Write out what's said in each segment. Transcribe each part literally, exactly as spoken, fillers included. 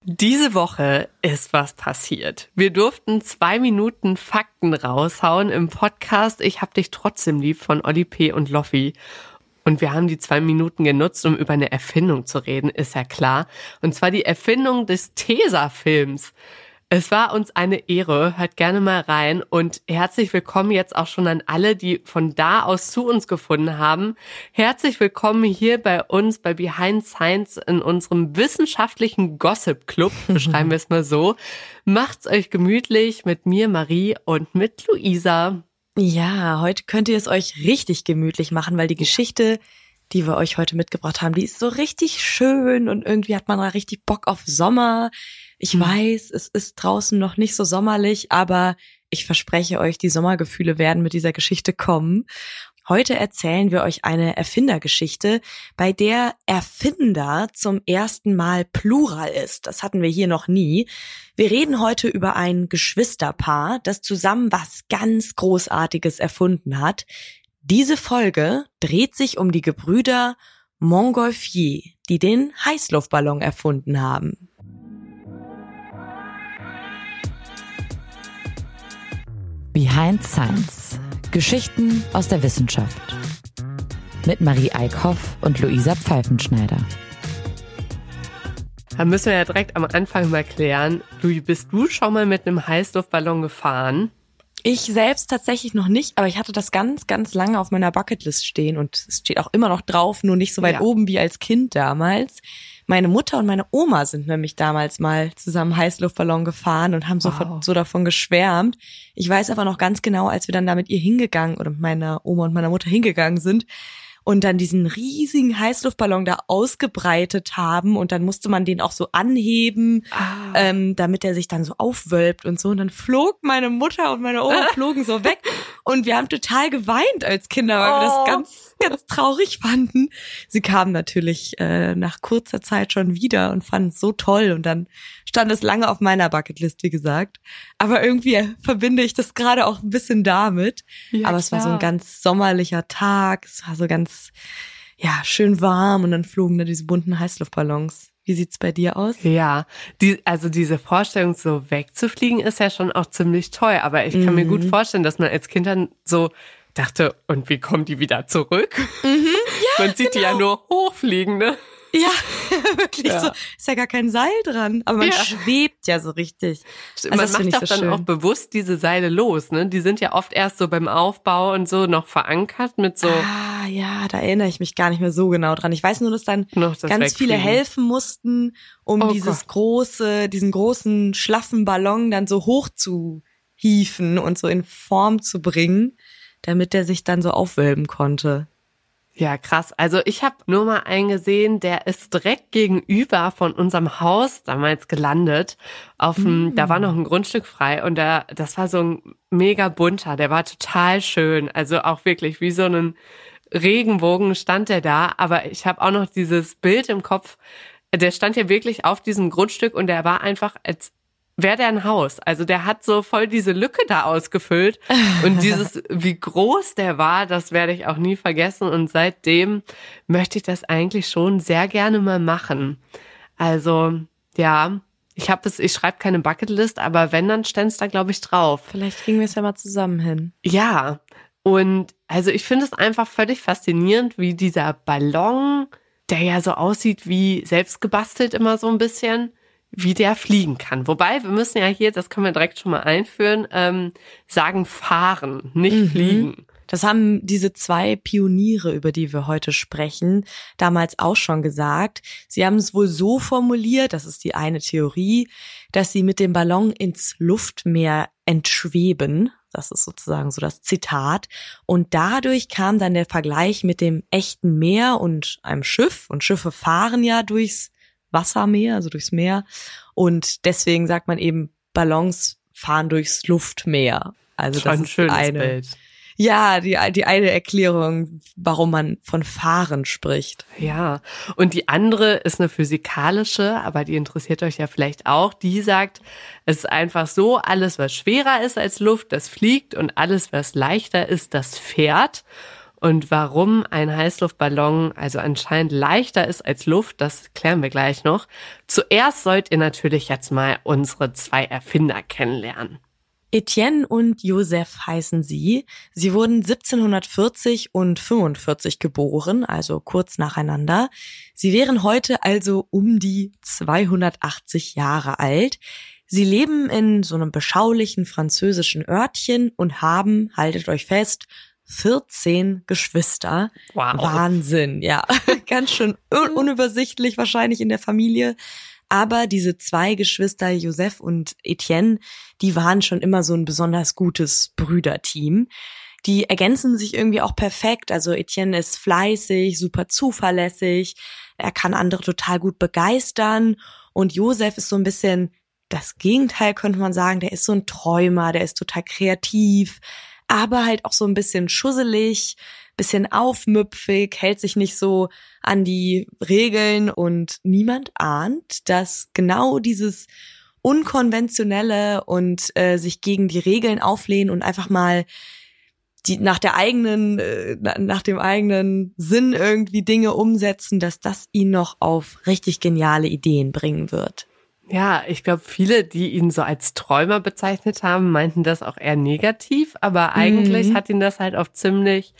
Diese Woche ist was passiert. Wir durften zwei Minuten Fakten raushauen im Podcast Ich hab dich trotzdem lieb von Oli P. und Loffi. Und wir haben die zwei Minuten genutzt, um über eine Erfindung zu reden, ist ja klar. Und zwar die Erfindung des Tesafilms. Es war uns eine Ehre, hört gerne mal rein und herzlich willkommen jetzt auch schon an alle, die von da aus zu uns gefunden haben. Herzlich willkommen hier bei uns bei Behind Science in unserem wissenschaftlichen Gossip Club, beschreiben wir es mal so. Macht's euch gemütlich mit mir, Marie, und mit Luisa. Ja, heute könnt ihr es euch richtig gemütlich machen, weil die Geschichte, die wir euch heute mitgebracht haben, die ist so richtig schön und irgendwie hat man da richtig Bock auf Sommer. Ich hm. weiß, es ist draußen noch nicht so sommerlich, aber ich verspreche euch, die Sommergefühle werden mit dieser Geschichte kommen. Heute erzählen wir euch eine Erfindergeschichte, bei der Erfinder zum ersten Mal Plural ist. Das hatten wir hier noch nie. Wir reden heute über ein Geschwisterpaar, das zusammen was ganz Großartiges erfunden hat. Diese Folge dreht sich um die Gebrüder Montgolfier, die den Heißluftballon erfunden haben. Behind Science. Geschichten aus der Wissenschaft. Mit Marie Eickhoff und Luisa Pfeifenschneider. Da müssen wir ja direkt am Anfang mal klären. Louis, bist du schon mal mit einem Heißluftballon gefahren? Ich selbst tatsächlich noch nicht, aber ich hatte das ganz, ganz lange auf meiner Bucketlist stehen und es steht auch immer noch drauf, nur nicht so weit ja. oben wie als Kind damals. Meine Mutter und meine Oma sind nämlich damals mal zusammen Heißluftballon gefahren und haben so, wow. so davon geschwärmt. Ich weiß aber noch ganz genau, als wir dann da mit ihr hingegangen oder mit meiner Oma und meiner Mutter hingegangen sind und dann diesen riesigen Heißluftballon da ausgebreitet haben und dann musste man den auch so anheben, ah. ähm, damit er sich dann so aufwölbt und so. Und dann flog meine Mutter und meine Oma flogen so weg und wir haben total geweint als Kinder, weil oh. wir das ganz, ganz traurig fanden. Sie kamen natürlich äh, nach kurzer Zeit schon wieder und fanden es so toll und dann stand es lange auf meiner Bucketlist, wie gesagt. Aber irgendwie verbinde ich das gerade auch ein bisschen damit. Ja, aber es klar. war so ein ganz sommerlicher Tag. Es war so ganz, ja, schön warm und dann flogen da diese bunten Heißluftballons. Wie sieht's bei dir aus? Ja, die, also diese Vorstellung, so wegzufliegen, ist ja schon auch ziemlich toll. Aber ich kann mhm. mir gut vorstellen, dass man als Kind dann so dachte, und wie kommen die wieder zurück? Mhm, ja, man sieht genau. die ja nur hochfliegen, ne? Ja, wirklich ja. so. Ist ja gar kein Seil dran, aber man ja. schwebt ja so richtig. Also man macht doch so dann schön. Auch bewusst diese Seile los, ne? Die sind ja oft erst so beim Aufbau und so noch verankert mit so. Ah, ja, da erinnere ich mich gar nicht mehr so genau dran. Ich weiß nur, dass dann das ganz wegfliegen. viele helfen mussten, um oh dieses Gott. große, diesen großen, schlaffen Ballon dann so hoch zu hieven und so in Form zu bringen, damit der sich dann so aufwölben konnte. Ja, krass. Also ich habe nur mal einen gesehen, der ist direkt gegenüber von unserem Haus damals gelandet. Auf dem, mm. Da war noch ein Grundstück frei und der, das war so ein mega bunter, der war total schön. Also auch wirklich wie so ein Regenbogen stand der da. Aber ich habe auch noch dieses Bild im Kopf, der stand ja wirklich auf diesem Grundstück und der war einfach als wäre der ein Haus. Also der hat so voll diese Lücke da ausgefüllt. Und dieses, wie groß der war, das werde ich auch nie vergessen. Und seitdem möchte ich das eigentlich schon sehr gerne mal machen. Also, ja, ich habe das, ich schreibe keine Bucketlist, aber wenn, dann ständ's da, glaube ich, drauf. Vielleicht kriegen wir es ja mal zusammen hin. Ja, und also ich finde es einfach völlig faszinierend, wie dieser Ballon, der ja so aussieht wie selbst gebastelt immer so ein bisschen, wie der fliegen kann. Wobei, wir müssen ja hier, das können wir direkt schon mal einführen, ähm, sagen fahren, nicht mhm. fliegen. Das haben diese zwei Pioniere, über die wir heute sprechen, damals auch schon gesagt. Sie haben es wohl so formuliert, das ist die eine Theorie, dass sie mit dem Ballon ins Luftmeer entschweben. Das ist sozusagen so das Zitat. Und dadurch kam dann der Vergleich mit dem echten Meer und einem Schiff. Und Schiffe fahren ja durchs Wassermeer, also durchs Meer. Und deswegen sagt man eben, Ballons fahren durchs Luftmeer. Also schon das ein ist schönes eine, Bild. Ja, die, die eine Erklärung, warum man von Fahren spricht. Ja, und die andere ist eine physikalische, aber die interessiert euch ja vielleicht auch. Die sagt, es ist einfach so, alles, was schwerer ist als Luft, das fliegt und alles, was leichter ist, das fährt. Und warum ein Heißluftballon also anscheinend leichter ist als Luft, das klären wir gleich noch. Zuerst sollt ihr natürlich jetzt mal unsere zwei Erfinder kennenlernen. Etienne und Joseph heißen sie. Sie wurden siebzehnhundertvierzig und fünfundvierzig geboren, also kurz nacheinander. Sie wären heute also um die zweihundertachtzig Jahre alt. Sie leben in so einem beschaulichen französischen Örtchen und haben, haltet euch fest, vierzehn Geschwister. Wow. Wahnsinn, ja. Ganz schön un- unübersichtlich wahrscheinlich in der Familie. Aber diese zwei Geschwister, Joseph und Etienne, die waren schon immer so ein besonders gutes Brüderteam. Die ergänzen sich irgendwie auch perfekt. Also Etienne ist fleißig, super zuverlässig. Er kann andere total gut begeistern. Und Joseph ist so ein bisschen das Gegenteil, könnte man sagen. Der ist so ein Träumer, der ist total kreativ, aber halt auch so ein bisschen schusselig, bisschen aufmüpfig, hält sich nicht so an die Regeln und niemand ahnt, dass genau dieses Unkonventionelle und äh, sich gegen die Regeln auflehnen und einfach mal die nach der eigenen, äh, nach dem eigenen Sinn irgendwie Dinge umsetzen, dass das ihn noch auf richtig geniale Ideen bringen wird. Ja, ich glaube, viele, die ihn so als Träumer bezeichnet haben, meinten das auch eher negativ, aber eigentlich mhm. hat ihn das halt auf ziemlich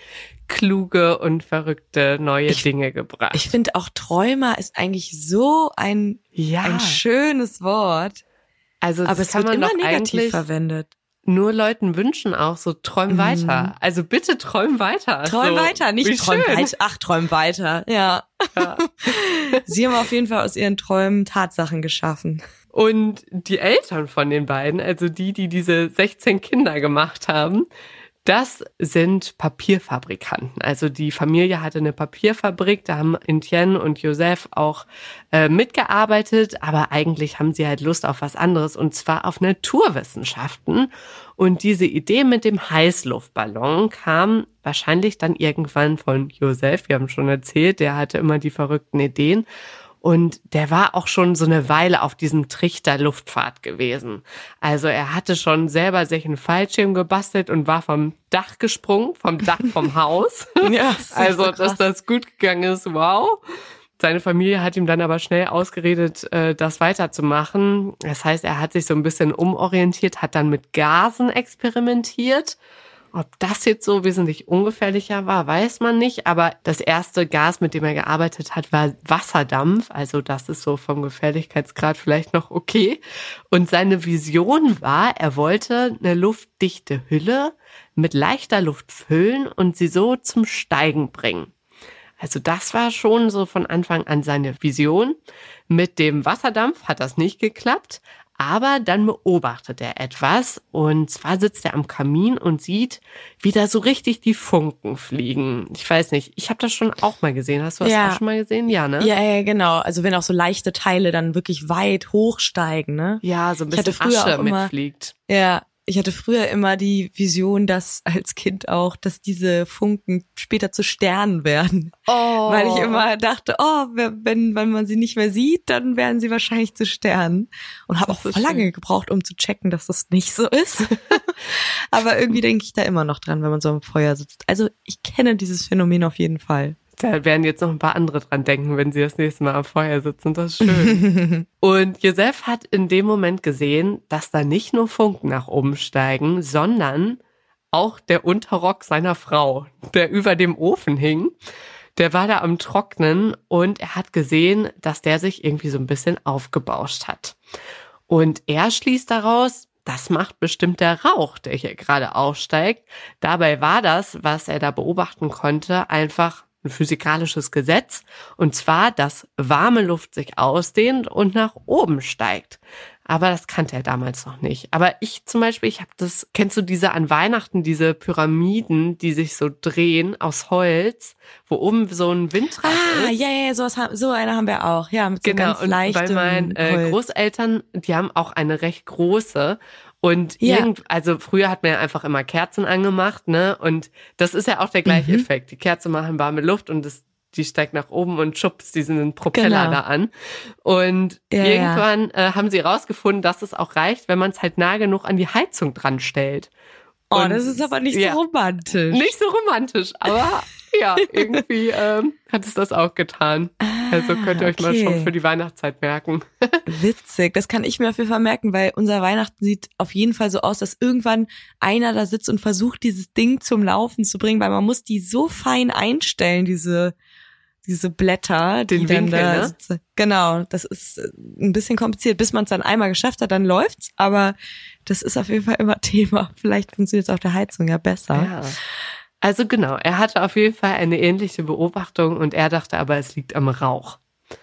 kluge und verrückte neue ich, Dinge gebracht. Ich finde auch Träumer ist eigentlich so ein, ja. ein schönes Wort. Also aber es kann wird man immer doch negativ verwendet. Nur Leuten wünschen auch so, träum mhm. weiter. Also bitte träum weiter. Träum so, weiter, nicht träum weiter. Ach, träum weiter, ja. ja. Sie haben auf jeden Fall aus ihren Träumen Tatsachen geschaffen. Und die Eltern von den beiden, also die, die diese sechzehn Kinder gemacht haben, das sind Papierfabrikanten. Also die Familie hatte eine Papierfabrik, da haben Etienne und Joseph auch äh, mitgearbeitet, aber eigentlich haben sie halt Lust auf was anderes, und zwar auf Naturwissenschaften. Und diese Idee mit dem Heißluftballon kam wahrscheinlich dann irgendwann von Joseph. Wir haben schon erzählt, der hatte immer die verrückten Ideen. Und der war auch schon so eine Weile auf diesem Trichter Luftfahrt gewesen. Also er hatte schon selber sich einen Fallschirm gebastelt und war vom Dach gesprungen, vom Dach vom Haus. Ja, das also, so dass das gut gegangen ist, wow. Seine Familie hat ihm dann aber schnell ausgeredet, das weiterzumachen. Das heißt, er hat sich so ein bisschen umorientiert, hat dann mit Gasen experimentiert. Ob das jetzt so wesentlich ungefährlicher war, weiß man nicht. Aber das erste Gas, mit dem er gearbeitet hat, war Wasserdampf. Also das ist so vom Gefährlichkeitsgrad vielleicht noch okay. Und seine Vision war, er wollte eine luftdichte Hülle mit leichter Luft füllen und sie so zum Steigen bringen. Also das war schon so von Anfang an seine Vision. Mit dem Wasserdampf hat das nicht geklappt. Aber dann beobachtet er etwas, und zwar sitzt er am Kamin und sieht, wie da so richtig die Funken fliegen. Ich weiß nicht, ich habe das schon auch mal gesehen. Hast du das ja. auch schon mal gesehen? Ja, ne? Ja, ja, genau. Also wenn auch so leichte Teile dann wirklich weit hochsteigen, ne? Ja, so ein bisschen Asche mitfliegt. Ja, ich hatte früher immer die Vision, dass als Kind auch, dass diese Funken später zu Sternen werden. Oh. Weil ich immer dachte, oh, wenn, wenn man sie nicht mehr sieht, dann werden sie wahrscheinlich zu Sternen. Und habe auch voll lange gebraucht, um zu checken, dass das nicht so ist. Aber irgendwie denke ich da immer noch dran, wenn man so am Feuer sitzt. Also ich kenne dieses Phänomen auf jeden Fall. Da werden jetzt noch ein paar andere dran denken, wenn sie das nächste Mal am Feuer sitzen. Das ist schön. Und Joseph hat in dem Moment gesehen, dass da nicht nur Funken nach oben steigen, sondern auch der Unterrock seiner Frau, der über dem Ofen hing. Der war da am Trocknen, und er hat gesehen, dass der sich irgendwie so ein bisschen aufgebauscht hat. Und er schließt daraus, das macht bestimmt der Rauch, der hier gerade aufsteigt. Dabei war das, was er da beobachten konnte, einfach ein physikalisches Gesetz, und zwar, dass warme Luft sich ausdehnt und nach oben steigt. Aber das kannte er damals noch nicht. Aber ich zum Beispiel, ich habe das, kennst du diese an Weihnachten, diese Pyramiden, die sich so drehen aus Holz, wo oben so ein Windrad ah, ist? ja, ja, sowas haben, so eine haben wir auch. Ja, mit so genau, ganz leichtem und bei meinen äh, Großeltern, die haben auch eine recht große. Und ja. irgend, also früher hat man ja einfach immer Kerzen angemacht, ne? Und das ist ja auch der gleiche mhm. Effekt. Die Kerzen machen warme Luft und das, die steigt nach oben und schubst diesen Propeller genau. da an. Und ja, irgendwann äh, haben sie rausgefunden, dass es auch reicht, wenn man es halt nah genug an die Heizung dran stellt. Oh, und, das ist aber nicht ja, so romantisch. Nicht so romantisch, aber Ja, irgendwie ähm, hat es das auch getan. Ah, also könnt ihr euch okay. mal schon für die Weihnachtszeit merken. Witzig, das kann ich mir auf jeden Fall merken, weil unser Weihnachten sieht auf jeden Fall so aus, dass irgendwann einer da sitzt und versucht, dieses Ding zum Laufen zu bringen, weil man muss die so fein einstellen, diese diese Blätter, die Den Winkel, dann da ne? sitzen. Genau, das ist ein bisschen kompliziert. Bis man es dann einmal geschafft hat, dann läuft's, aber das ist auf jeden Fall immer Thema. Vielleicht funktioniert es auf der Heizung ja besser. Ja. Also genau, er hatte auf jeden Fall eine ähnliche Beobachtung und er dachte aber, es liegt am Rauch.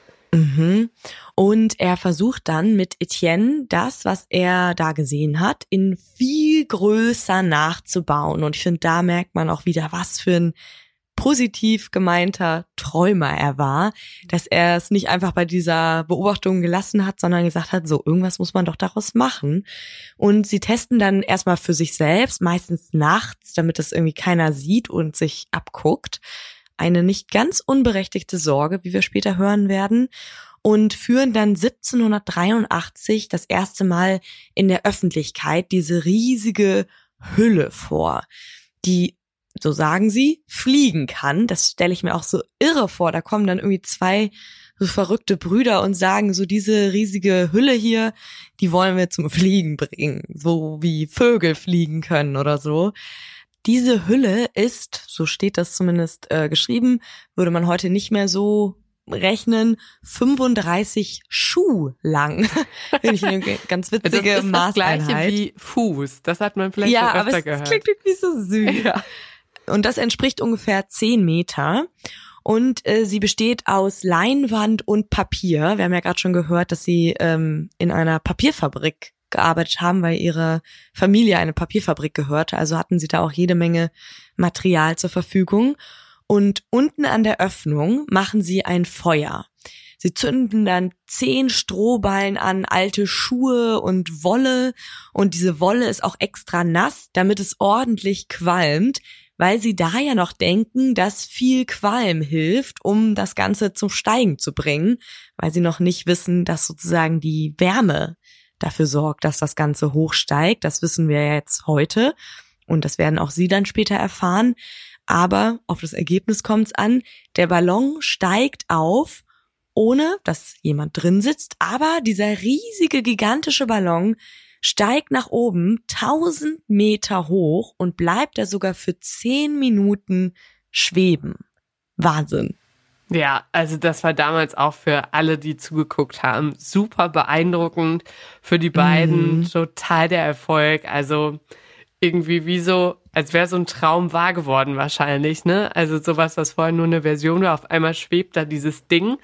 Mhm. Und er versucht dann mit Etienne das, was er da gesehen hat, in viel größer nachzubauen. Und ich finde, da merkt man auch wieder, was für ein positiv gemeinter Träumer er war, dass er es nicht einfach bei dieser Beobachtung gelassen hat, sondern gesagt hat, so, irgendwas muss man doch daraus machen. Und sie testen dann erstmal für sich selbst, meistens nachts, damit das irgendwie keiner sieht und sich abguckt. Eine nicht ganz unberechtigte Sorge, wie wir später hören werden. Und führen dann siebzehnhundertdreiundachtzig das erste Mal in der Öffentlichkeit diese riesige Hülle vor, die, so sagen sie, fliegen kann. Das stelle ich mir auch so irre vor. Da kommen dann irgendwie zwei so verrückte Brüder und sagen, so diese riesige Hülle hier, die wollen wir zum Fliegen bringen. So wie Vögel fliegen können oder so. Diese Hülle ist, so steht das zumindest äh, geschrieben, würde man heute nicht mehr so rechnen, fünfunddreißig Schuh lang. Finde ich eine ganz witzige das ist Maßeinheit. Das gleiche wie Fuß. Das hat man vielleicht ja, schon öfter aber es gehört. Das klingt irgendwie so süß. Ja. Und das entspricht ungefähr zehn Meter. Und äh, sie besteht aus Leinwand und Papier. Wir haben ja gerade schon gehört, dass sie ähm, in einer Papierfabrik gearbeitet haben, weil ihre Familie eine Papierfabrik gehörte. Also hatten sie da auch jede Menge Material zur Verfügung. Und unten an der Öffnung machen sie ein Feuer. Sie zünden dann zehn Strohballen an, alte Schuhe und Wolle. Und diese Wolle ist auch extra nass, damit es ordentlich qualmt, weil sie da ja noch denken, dass viel Qualm hilft, um das Ganze zum Steigen zu bringen, weil sie noch nicht wissen, dass sozusagen die Wärme dafür sorgt, dass das Ganze hochsteigt. Das wissen wir jetzt heute und das werden auch Sie dann später erfahren. Aber auf das Ergebnis kommt es an. Der Ballon steigt auf, ohne dass jemand drin sitzt, aber dieser riesige, gigantische Ballon steigt nach oben tausend Meter hoch und bleibt da sogar für zehn Minuten schweben. Wahnsinn. Ja, also das war damals auch für alle, die zugeguckt haben, super beeindruckend. Für die beiden mhm. total der Erfolg. Also irgendwie wie so, als wäre so ein Traum wahr geworden wahrscheinlich, ne? Also sowas, was vorher nur eine Version war, auf einmal schwebt da dieses Ding.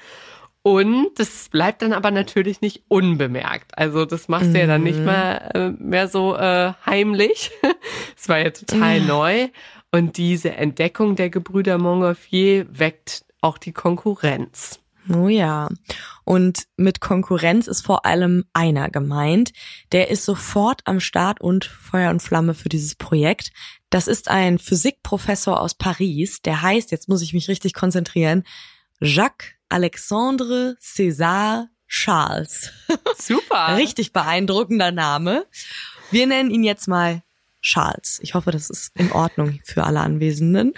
Und das bleibt dann aber natürlich nicht unbemerkt. Also das machst mhm. du ja dann nicht mal äh, mehr so äh, heimlich. Es war ja total ja. neu. Und diese Entdeckung der Gebrüder Montgolfier weckt auch die Konkurrenz. Oh ja. Und mit Konkurrenz ist vor allem einer gemeint. Der ist sofort am Start und Feuer und Flamme für dieses Projekt. Das ist ein Physikprofessor aus Paris. Der heißt, jetzt muss ich mich richtig konzentrieren, Jacques Alexandre César Charles. Super. Richtig beeindruckender Name. Wir nennen ihn jetzt mal Charles. Ich hoffe, das ist in Ordnung für alle Anwesenden.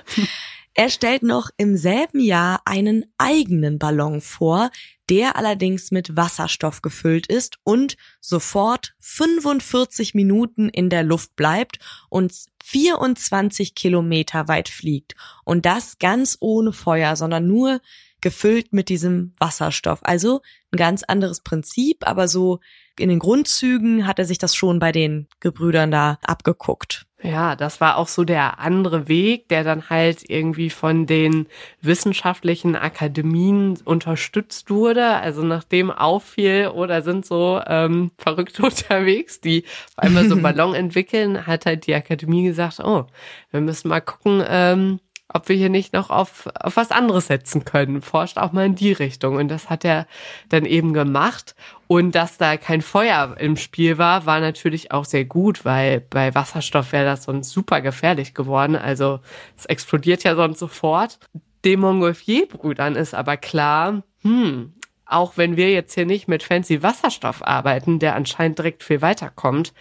Er stellt noch im selben Jahr einen eigenen Ballon vor, der allerdings mit Wasserstoff gefüllt ist und sofort fünfundvierzig Minuten in der Luft bleibt und vierundzwanzig Kilometer weit fliegt. Und das ganz ohne Feuer, sondern nur gefüllt mit diesem Wasserstoff. Also ein ganz anderes Prinzip, aber so in den Grundzügen hat er sich das schon bei den Gebrüdern da abgeguckt. Ja, das war auch so der andere Weg, der dann halt irgendwie von den wissenschaftlichen Akademien unterstützt wurde. Also nachdem auffiel, oder sind so ähm, Verrückte unterwegs, die auf einmal so einen Ballon entwickeln, hat halt die Akademie gesagt, oh, wir müssen mal gucken, ähm, ob wir hier nicht noch auf, auf was anderes setzen können. Forscht auch mal in die Richtung. Und das hat er dann eben gemacht. Und dass da kein Feuer im Spiel war, war natürlich auch sehr gut, weil bei Wasserstoff wäre das sonst super gefährlich geworden. Also es explodiert ja sonst sofort. Den Montgolfier-Brüdern ist aber klar, hm, auch wenn wir jetzt hier nicht mit fancy Wasserstoff arbeiten, der anscheinend direkt viel weiterkommt,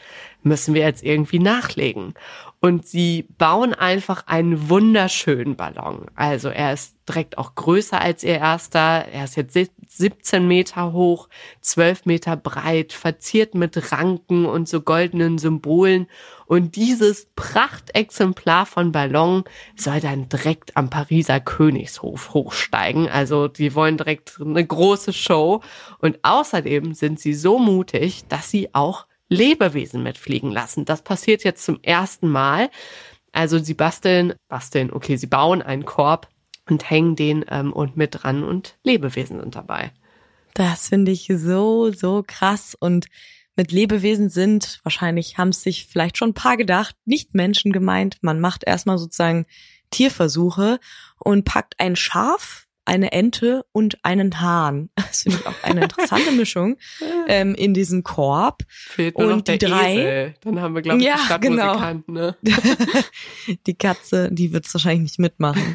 müssen wir jetzt irgendwie nachlegen. Und sie bauen einfach einen wunderschönen Ballon. Also er ist direkt auch größer als ihr erster. Er ist jetzt siebzehn Meter hoch, zwölf Meter breit, verziert mit Ranken und so goldenen Symbolen. Und dieses Prachtexemplar von Ballon soll dann direkt am Pariser Königshof hochsteigen. Also die wollen direkt eine große Show. Und außerdem sind sie so mutig, dass sie auch Lebewesen mitfliegen lassen. Das passiert jetzt zum ersten Mal. Also sie basteln, basteln, okay, sie bauen einen Korb und hängen den ähm, und mit dran und Lebewesen sind dabei. Das finde ich so, so krass. Und mit Lebewesen sind, wahrscheinlich haben es sich vielleicht schon ein paar gedacht, nicht Menschen gemeint. Man macht erstmal sozusagen Tierversuche und packt ein Schaf, eine Ente und einen Hahn. Das finde ich auch eine interessante Mischung ähm, in diesem Korb. Fehlt nur und noch der die drei, Esel. Dann haben wir, glaube ich, ja, die Stadtmusikanten. Genau. Ne? Die Katze, die wird es wahrscheinlich nicht mitmachen.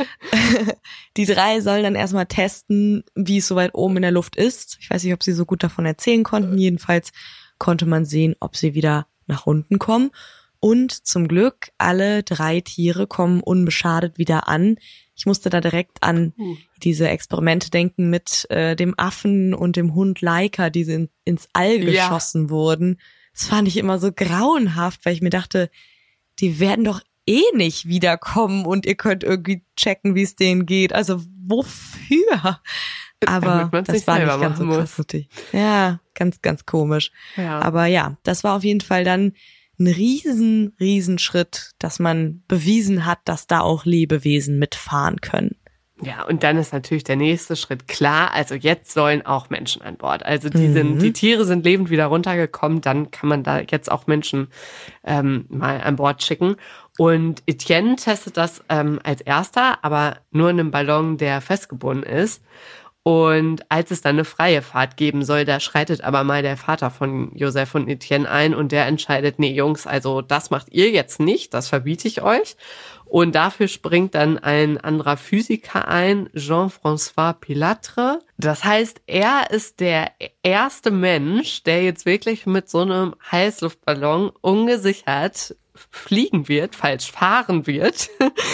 Die drei sollen dann erstmal testen, wie es so weit oben in der Luft ist. Ich weiß nicht, ob sie so gut davon erzählen konnten. Jedenfalls konnte man sehen, ob sie wieder nach unten kommen. Und zum Glück, alle drei Tiere kommen unbeschadet wieder an. Ich musste da direkt an diese Experimente denken mit äh, dem Affen und dem Hund Laika, die in, ins All geschossen ja. wurden. Das fand ich immer so grauenhaft, weil ich mir dachte, die werden doch eh nicht wiederkommen und ihr könnt irgendwie checken, wie es denen geht. Also wofür? Aber das war nicht ganz so krass natürlich. Ja, ganz, ganz komisch. Ja. Aber ja, das war auf jeden Fall dann ein riesen, riesen Schritt, dass man bewiesen hat, dass da auch Lebewesen mitfahren können. Ja, und dann ist natürlich der nächste Schritt klar. Also jetzt sollen auch Menschen an Bord. Also die Mhm. sind, die Tiere sind lebend wieder runtergekommen. Dann kann man da jetzt auch Menschen ähm, mal an Bord schicken. Und Etienne testet das ähm, als erster, aber nur in einem Ballon, der festgebunden ist. Und als es dann eine freie Fahrt geben soll, da schreitet aber mal der Vater von Joseph und Etienne ein und der entscheidet, nee Jungs, also das macht ihr jetzt nicht, das verbiete ich euch. Und dafür springt dann ein anderer Physiker ein, Jean-François Pilatre. Das heißt, er ist der erste Mensch, der jetzt wirklich mit so einem Heißluftballon ungesichert fliegen wird, falsch fahren wird.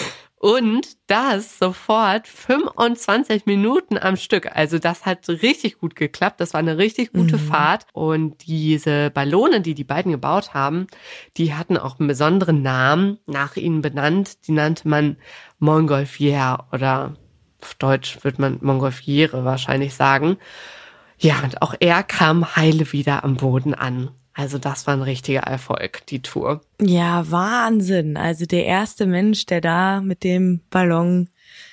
Und das sofort fünfundzwanzig Minuten am Stück. Also das hat richtig gut geklappt. Das war eine richtig gute mhm. Fahrt. Und diese Ballone, die die beiden gebaut haben, die hatten auch einen besonderen Namen nach ihnen benannt. Die nannte man Montgolfière oder auf Deutsch wird man Montgolfiere wahrscheinlich sagen. Ja, und auch er kam heile wieder am Boden an. Also das war ein richtiger Erfolg, die Tour. Ja, Wahnsinn. Also der erste Mensch, der da mit dem Ballon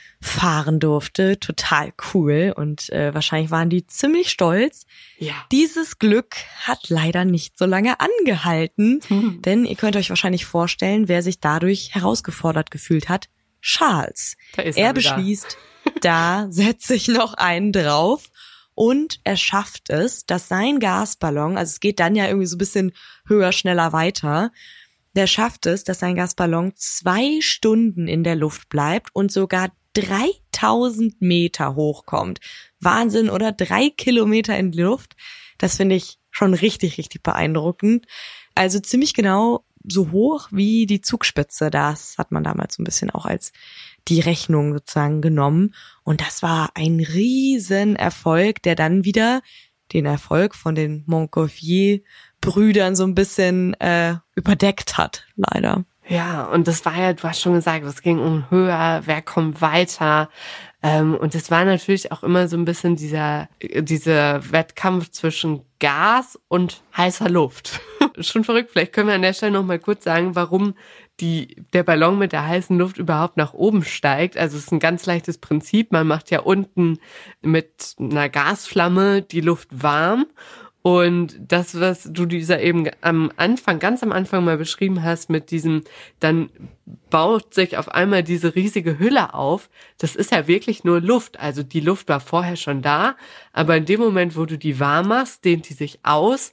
fahren durfte. Total cool. Und äh, wahrscheinlich waren die ziemlich stolz. Ja. Dieses Glück hat leider nicht so lange angehalten. Hm. Denn ihr könnt euch wahrscheinlich vorstellen, wer sich dadurch herausgefordert gefühlt hat. Charles. Da ist er er beschließt, da setze ich noch einen drauf. Und er schafft es, dass sein Gasballon, also es geht dann ja irgendwie so ein bisschen höher, schneller weiter, der schafft es, dass sein Gasballon zwei Stunden in der Luft bleibt und sogar dreitausend Meter hochkommt. Wahnsinn, oder? Drei Kilometer in die Luft. Das finde ich schon richtig, richtig beeindruckend. Also ziemlich genau so hoch wie die Zugspitze. Das hat man damals so ein bisschen auch als die Rechnung sozusagen genommen. Und das war ein Riesenerfolg, der dann wieder den Erfolg von den Montgolfier-Brüdern so ein bisschen äh, überdeckt hat, leider. Ja, und das war ja, du hast schon gesagt, es ging um höher, wer kommt weiter. Ähm, und es war natürlich auch immer so ein bisschen dieser, dieser Wettkampf zwischen Gas und heißer Luft. Schon verrückt. Vielleicht können wir an der Stelle noch mal kurz sagen, warum die, der Ballon mit der heißen Luft überhaupt nach oben steigt. Also es ist ein ganz leichtes Prinzip. Man macht ja unten mit einer Gasflamme die Luft warm. Und das, was du dieser eben am Anfang, ganz am Anfang mal beschrieben hast, mit diesem, dann baut sich auf einmal diese riesige Hülle auf. Das ist ja wirklich nur Luft. Also die Luft war vorher schon da, aber in dem Moment, wo du die warm machst, dehnt die sich aus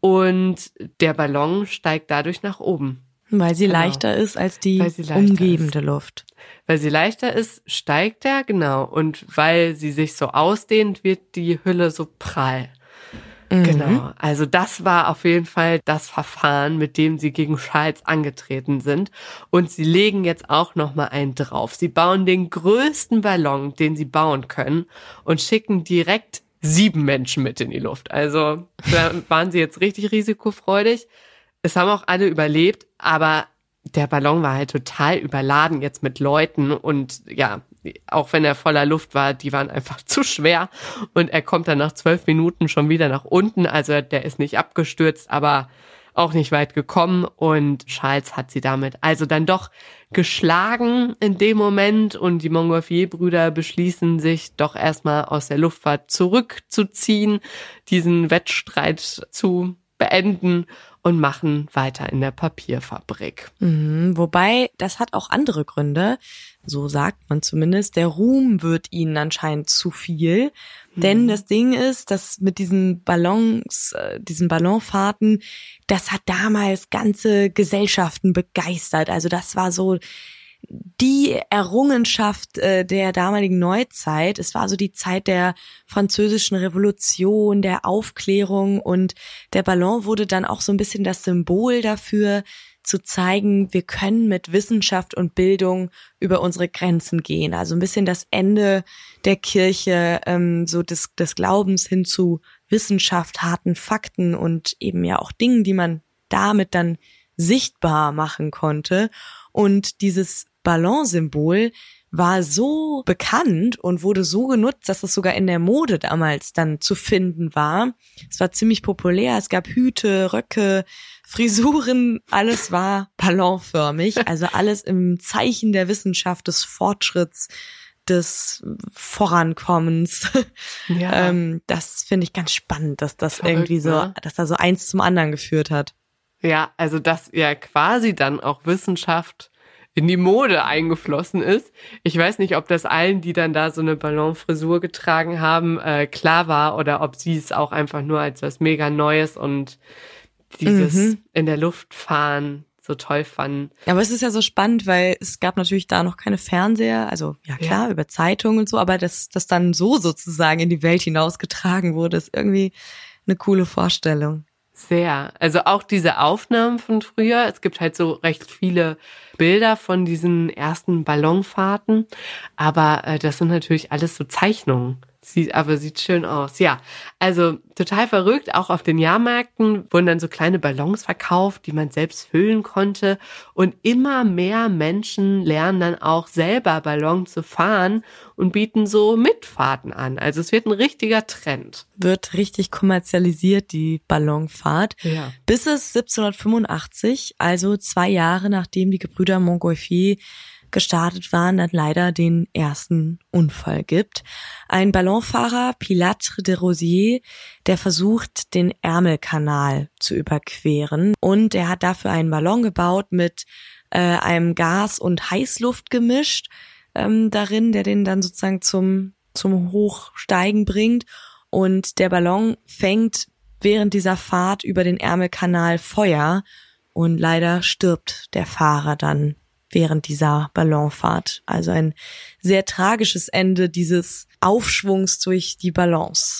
und der Ballon steigt dadurch nach oben. Weil sie genau. leichter ist als die umgebende ist. Luft. Weil sie leichter ist, steigt er, genau. Und weil sie sich so ausdehnt, wird die Hülle so prall. Mhm. Genau, also das war auf jeden Fall das Verfahren, mit dem sie gegen Charles angetreten sind. Und sie legen jetzt auch nochmal einen drauf. Sie bauen den größten Ballon, den sie bauen können und schicken direkt sieben Menschen mit in die Luft. Also da waren sie jetzt richtig risikofreudig. Es haben auch alle überlebt, aber der Ballon war halt total überladen jetzt mit Leuten und ja, auch wenn er voller Luft war, die waren einfach zu schwer und er kommt dann nach zwölf Minuten schon wieder nach unten, also der ist nicht abgestürzt, aber auch nicht weit gekommen und Charles hat sie damit also dann doch geschlagen in dem Moment und die Montgolfier-Brüder beschließen sich doch erstmal aus der Luftfahrt zurückzuziehen, diesen Wettstreit zu beenden und machen weiter in der Papierfabrik. Mhm, wobei, das hat auch andere Gründe, so sagt man zumindest. Der Ruhm wird ihnen anscheinend zu viel, mhm. denn das Ding ist, dass mit diesen Ballons, äh, diesen Ballonfahrten, das hat damals ganze Gesellschaften begeistert. Also das war so die Errungenschaft äh, der damaligen Neuzeit. Es war so die Zeit der französischen Revolution, der Aufklärung und der Ballon wurde dann auch so ein bisschen das Symbol dafür, zu zeigen, wir können mit Wissenschaft und Bildung über unsere Grenzen gehen. Also ein bisschen das Ende der Kirche, ähm, so des, des Glaubens hin zu Wissenschaft, harten Fakten und eben ja auch Dingen, die man damit dann sichtbar machen konnte. Und dieses Ballonsymbol war so bekannt und wurde so genutzt, dass es sogar in der Mode damals dann zu finden war. Es war ziemlich populär. Es gab Hüte, Röcke, Frisuren. Alles war ballonförmig. Also alles im Zeichen der Wissenschaft, des Fortschritts, des Vorankommens. Ja. ähm, das finde ich ganz spannend, dass das Verrückt, irgendwie so, ne? dass da so eins zum anderen geführt hat. Ja, also dass ja quasi dann auch Wissenschaft in die Mode eingeflossen ist. Ich weiß nicht, ob das allen, die dann da so eine Ballonfrisur getragen haben, äh, klar war oder ob sie es auch einfach nur als was mega Neues und dieses mhm. in der Luft fahren so toll fanden. Ja, aber es ist ja so spannend, weil es gab natürlich da noch keine Fernseher, also ja klar, ja. über Zeitungen und so, aber dass das dann so sozusagen in die Welt hinausgetragen wurde, ist irgendwie eine coole Vorstellung. Sehr. Also auch diese Aufnahmen von früher. Es gibt halt so recht viele Bilder von diesen ersten Ballonfahrten. Aber äh, das sind natürlich alles so Zeichnungen. Sieht, aber sieht schön aus. Ja, also total verrückt. Auch auf den Jahrmärkten wurden dann so kleine Ballons verkauft, die man selbst füllen konnte. Und immer mehr Menschen lernen dann auch selber Ballon zu fahren und bieten so Mitfahrten an. Also es wird ein richtiger Trend. Wird richtig kommerzialisiert, die Ballonfahrt. Ja. Bis es siebzehnhundertfünfundachtzig, also zwei Jahre nachdem die Gebrüder Montgolfier gestartet waren, dann leider den ersten Unfall gibt. Ein Ballonfahrer, Pilatre de Rosier, der versucht, den Ärmelkanal zu überqueren und er hat dafür einen Ballon gebaut mit äh, einem Gas- und Heißluft gemischt ähm, darin, der den dann sozusagen zum zum Hochsteigen bringt und der Ballon fängt während dieser Fahrt über den Ärmelkanal Feuer und leider stirbt der Fahrer dann während dieser Ballonfahrt. Also ein sehr tragisches Ende dieses Aufschwungs durch die Ballons.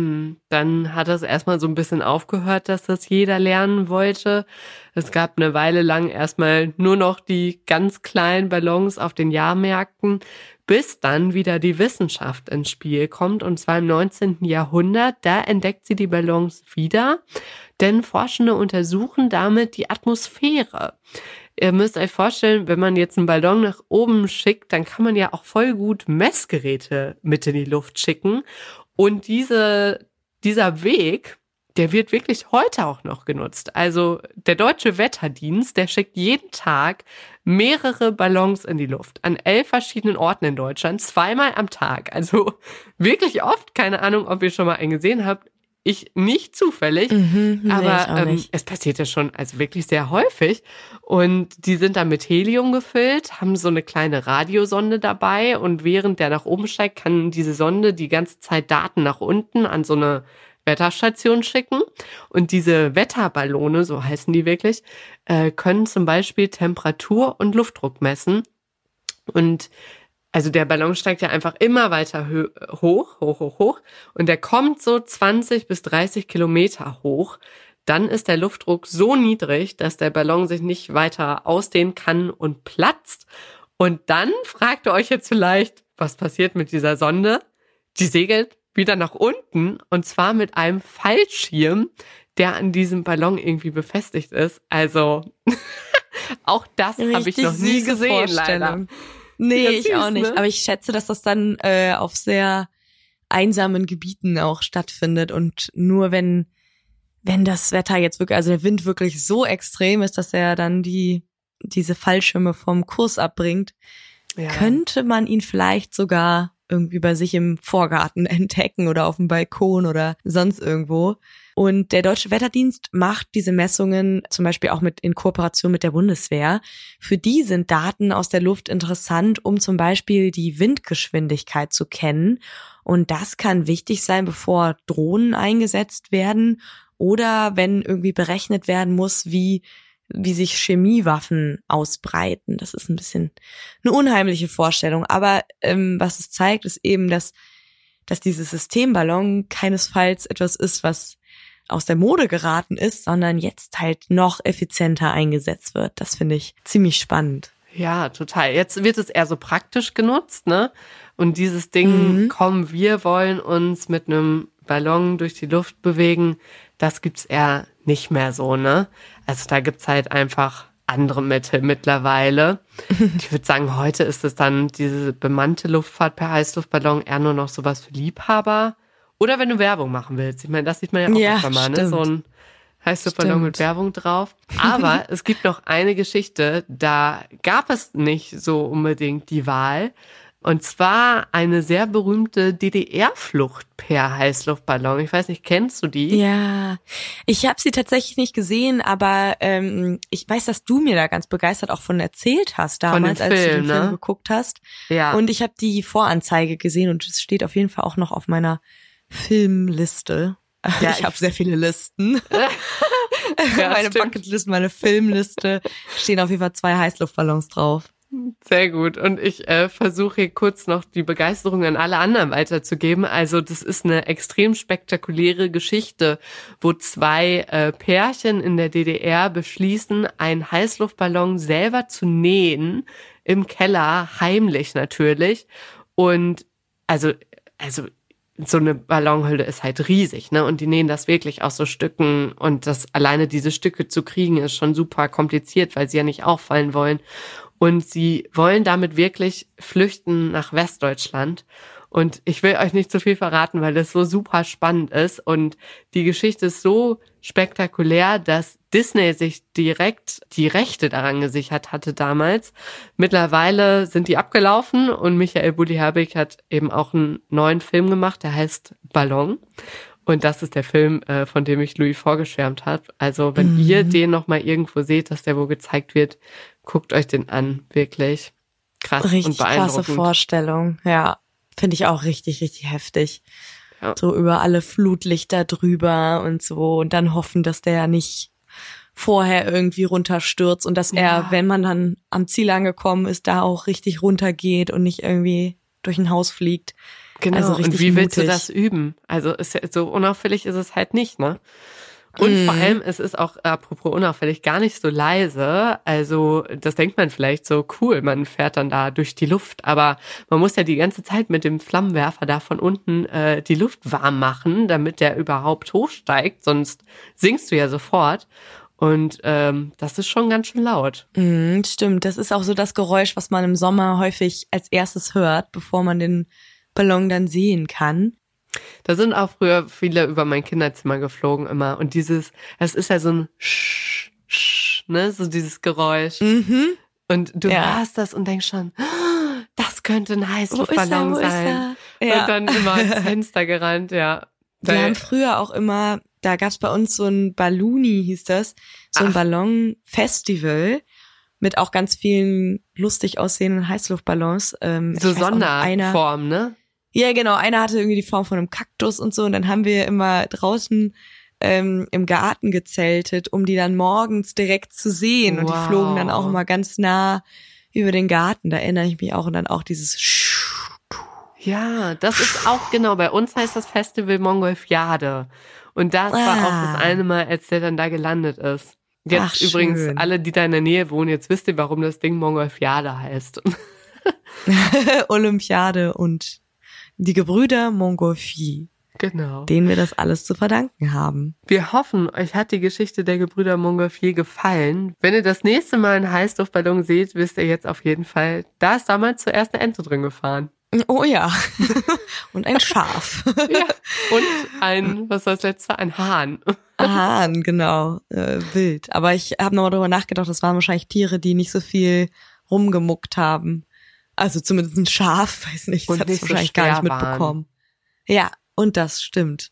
Dann hat das erstmal so ein bisschen aufgehört, dass das jeder lernen wollte. Es gab eine Weile lang erstmal nur noch die ganz kleinen Ballons auf den Jahrmärkten, bis dann wieder die Wissenschaft ins Spiel kommt. Und zwar im neunzehnten Jahrhundert, da entdeckt sie die Ballons wieder, denn Forschende untersuchen damit die Atmosphäre. Ihr müsst euch vorstellen, wenn man jetzt einen Ballon nach oben schickt, dann kann man ja auch voll gut Messgeräte mit in die Luft schicken. Und diese, dieser Weg, der wird wirklich heute auch noch genutzt. Also der Deutsche Wetterdienst, der schickt jeden Tag mehrere Ballons in die Luft an elf verschiedenen Orten in Deutschland, zweimal am Tag. Also wirklich oft, keine Ahnung, ob ihr schon mal einen gesehen habt. Ich nicht zufällig, mhm, nee, aber ähm, nicht. es passiert ja schon also wirklich sehr häufig. Und die sind dann mit Helium gefüllt, haben so eine kleine Radiosonde dabei und während der nach oben steigt, kann diese Sonde die ganze Zeit Daten nach unten an so eine Wetterstation schicken. Und diese Wetterballone, so heißen die wirklich, äh, können zum Beispiel Temperatur und Luftdruck messen. Und also der Ballon steigt ja einfach immer weiter hö- hoch, hoch, hoch, hoch und der kommt so zwanzig bis dreißig Kilometer hoch. Dann ist der Luftdruck so niedrig, dass der Ballon sich nicht weiter ausdehnen kann und platzt. Und dann fragt ihr euch jetzt vielleicht, was passiert mit dieser Sonde? Die segelt wieder nach unten und zwar mit einem Fallschirm, der an diesem Ballon irgendwie befestigt ist. Also auch das habe ich noch nie gesehen, leider. Nee, ja, ich süß, auch nicht. Ne? Aber ich schätze, dass das dann äh, auf sehr einsamen Gebieten auch stattfindet und nur wenn wenn das Wetter jetzt wirklich, also der Wind wirklich so extrem ist, dass er dann die diese Fallschirme vom Kurs abbringt, ja. könnte man ihn vielleicht sogar irgendwie bei sich im Vorgarten entdecken oder auf dem Balkon oder sonst irgendwo. Und der Deutsche Wetterdienst macht diese Messungen zum Beispiel auch mit in Kooperation mit der Bundeswehr. Für die sind Daten aus der Luft interessant, um zum Beispiel die Windgeschwindigkeit zu kennen. Und das kann wichtig sein, bevor Drohnen eingesetzt werden oder wenn irgendwie berechnet werden muss, wie wie sich Chemiewaffen ausbreiten. Das ist ein bisschen eine unheimliche Vorstellung. Aber ähm, was es zeigt, ist eben, dass dass dieses Systemballon keinesfalls etwas ist, was aus der Mode geraten ist, sondern jetzt halt noch effizienter eingesetzt wird. Das finde ich ziemlich spannend. Ja, total. Jetzt wird es eher so praktisch genutzt, ne? Und dieses Ding, mhm. komm, wir wollen uns mit einem Ballon durch die Luft bewegen, das gibt's eher nicht mehr so, ne? Also da gibt's halt einfach andere Mittel mittlerweile. Ich würde sagen, heute ist es dann diese bemannte Luftfahrt per Heißluftballon eher nur noch sowas für Liebhaber. Oder wenn du Werbung machen willst. Ich meine, das sieht man ja auch ja, öfter mal, ne? So ein Heißluftballon mit Werbung drauf. Aber es gibt noch eine Geschichte, da gab es nicht so unbedingt die Wahl. Und zwar eine sehr berühmte D D R-Flucht per Heißluftballon. Ich weiß nicht, kennst du die? Ja, ich habe sie tatsächlich nicht gesehen, aber ähm, ich weiß, dass du mir da ganz begeistert auch von erzählt hast damals, Film, als du den ne? Film geguckt hast. Ja. Und ich habe die Voranzeige gesehen und es steht auf jeden Fall auch noch auf meiner Filmliste. Ja, ich habe sehr viele Listen. Ja, meine stimmt. Bucketlist, meine Filmliste, stehen auf jeden Fall zwei Heißluftballons drauf. Sehr gut. Und ich äh, versuche hier kurz noch die Begeisterung an alle anderen weiterzugeben. Also das ist eine extrem spektakuläre Geschichte, wo zwei äh, Pärchen in der D D R beschließen, einen Heißluftballon selber zu nähen, im Keller, heimlich natürlich. Und also, also so eine Ballonhülle ist halt riesig, ne? Und die nähen das wirklich aus so Stücken. Und das alleine diese Stücke zu kriegen, ist schon super kompliziert, weil sie ja nicht auffallen wollen. Und sie wollen damit wirklich flüchten nach Westdeutschland. Und ich will euch nicht zu viel verraten, weil das so super spannend ist. Und die Geschichte ist so spektakulär, dass Disney sich direkt die Rechte daran gesichert hatte damals. Mittlerweile sind die abgelaufen und Michael Bulli-Herbig hat eben auch einen neuen Film gemacht, der heißt Ballon. Und das ist der Film, äh, von dem ich Louis vorgeschwärmt habe. Also wenn mhm. ihr den noch mal irgendwo seht, dass der wo gezeigt wird, guckt euch den an. Wirklich krass richtig und beeindruckend. Krasse Vorstellung, ja. Finde ich auch richtig, richtig heftig. Ja. So über alle Flutlichter drüber und so und dann hoffen, dass der nicht vorher irgendwie runterstürzt und dass ja. er, wenn man dann am Ziel angekommen ist, da auch richtig runtergeht und nicht irgendwie durch ein Haus fliegt. Genau, also richtig und wie willst mutig. Du das üben? Also ist ja, so unauffällig ist es halt nicht, ne? Und mm. vor allem, es ist auch, apropos unauffällig, gar nicht so leise. Also das denkt man vielleicht so, cool, man fährt dann da durch die Luft. Aber man muss ja die ganze Zeit mit dem Flammenwerfer da von unten äh, die Luft warm machen, damit der überhaupt hochsteigt. Sonst sinkst du ja sofort. Und ähm, das ist schon ganz schön laut. Mm, stimmt, das ist auch so das Geräusch, was man im Sommer häufig als erstes hört, bevor man den Ballon dann sehen kann. Da sind auch früher viele über mein Kinderzimmer geflogen immer. Und dieses, es ist ja so ein Sch, Sch, ne, so dieses Geräusch. Mhm. Und du ja. hörst das und denkst schon, das könnte ein Heißluftballon sein. Ja. Und dann immer ans Fenster gerannt, ja. Wir haben früher auch immer, da gab's bei uns so ein Balluni, hieß das, so ein Ach. Ballonfestival mit auch ganz vielen lustig aussehenden Heißluftballons. Ähm, so Sonderform, ne? Ja, genau. Einer hatte irgendwie die Form von einem Kaktus und so. Und dann haben wir immer draußen ähm, im Garten gezeltet, um die dann morgens direkt zu sehen. Wow. Und die flogen dann auch immer ganz nah über den Garten. Da erinnere ich mich auch. Und dann auch dieses Sch Ja, das ist auch, genau, bei uns heißt das Festival Mongolfiade. Und das ah. war auch das eine Mal, als der dann da gelandet ist. Jetzt Ach, übrigens, schön. Alle, die da in der Nähe wohnen, jetzt wisst ihr, warum das Ding Mongolfiade heißt. Olympiade und die Gebrüder Montgolfier. Genau. Denen wir das alles zu verdanken haben. Wir hoffen, euch hat die Geschichte der Gebrüder Montgolfier gefallen. Wenn ihr das nächste Mal einen Heißluftballon seht, wisst ihr jetzt auf jeden Fall, da ist damals zuerst eine Ente drin gefahren. Oh ja. Und ein Schaf. Ja. Und ein, was war das letzte? Ein Hahn. Ein Hahn, genau. Äh, wild. Aber ich habe nochmal darüber nachgedacht, das waren wahrscheinlich Tiere, die nicht so viel rumgemuckt haben. Also zumindest ein Schaf, weiß nicht, das hat es wahrscheinlich so gar nicht mitbekommen. Waren. Ja, und das stimmt.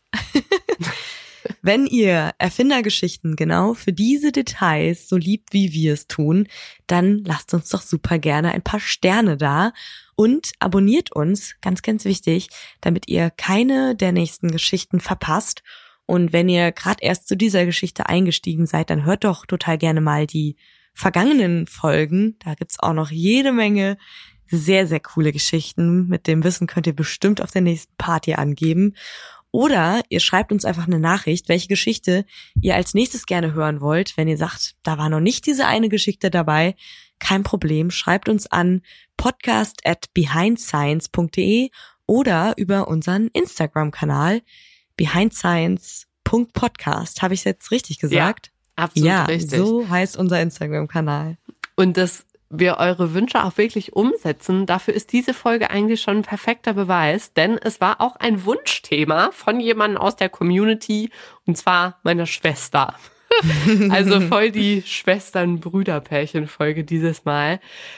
Wenn ihr Erfindergeschichten genau für diese Details so liebt, wie wir es tun, dann lasst uns doch super gerne ein paar Sterne da und abonniert uns, ganz, ganz wichtig, damit ihr keine der nächsten Geschichten verpasst. Und wenn ihr gerade erst zu dieser Geschichte eingestiegen seid, dann hört doch total gerne mal die vergangenen Folgen. Da gibt's auch noch jede Menge sehr, sehr coole Geschichten. Mit dem Wissen könnt ihr bestimmt auf der nächsten Party angeben. Oder ihr schreibt uns einfach eine Nachricht, welche Geschichte ihr als nächstes gerne hören wollt. Wenn ihr sagt, da war noch nicht diese eine Geschichte dabei, kein Problem. Schreibt uns an podcast at behindscience punkt de oder über unseren Instagram-Kanal behindscience punkt podcast. Habe ich es jetzt richtig gesagt? Ja, absolut ja, richtig. So heißt unser Instagram-Kanal. Und das wir eure Wünsche auch wirklich umsetzen, dafür ist diese Folge eigentlich schon ein perfekter Beweis, denn es war auch ein Wunschthema von jemandem aus der Community, und zwar meiner Schwester. Also voll die Schwestern-Brüder-Pärchen-Folge dieses Mal.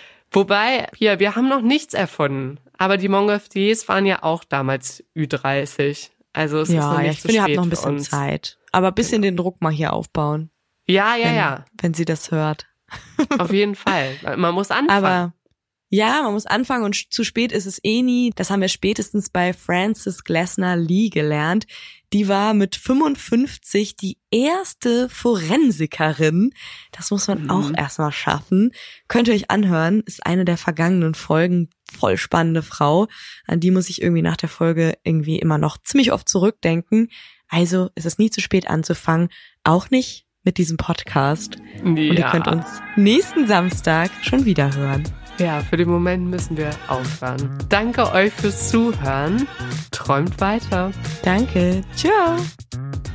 Wobei, ja, wir haben noch nichts erfunden, aber die Montgolfiers waren ja auch damals Ü dreißig. Also es ja, ist noch nicht ich so finde, ihr spät habt noch ein bisschen uns. Zeit. Aber ein bisschen den Druck mal hier aufbauen. Ja, ja, wenn, ja. Wenn sie das hört. Auf jeden Fall. Man muss anfangen. Aber ja, man muss anfangen und zu spät ist es eh nie. Das haben wir spätestens bei Frances Glessner Lee gelernt. Die war mit fünfundfünfzig die erste Forensikerin. Das muss man mhm. auch erstmal schaffen. Könnt ihr euch anhören, ist eine der vergangenen Folgen. Voll spannende Frau. An die muss ich irgendwie nach der Folge irgendwie immer noch ziemlich oft zurückdenken. Also ist es nie zu spät anzufangen. Auch nicht mit diesem Podcast. Ja. Und ihr könnt uns nächsten Samstag schon wieder hören. Ja, für den Moment müssen wir aufhören. Danke euch fürs Zuhören. Träumt weiter. Danke. Ciao.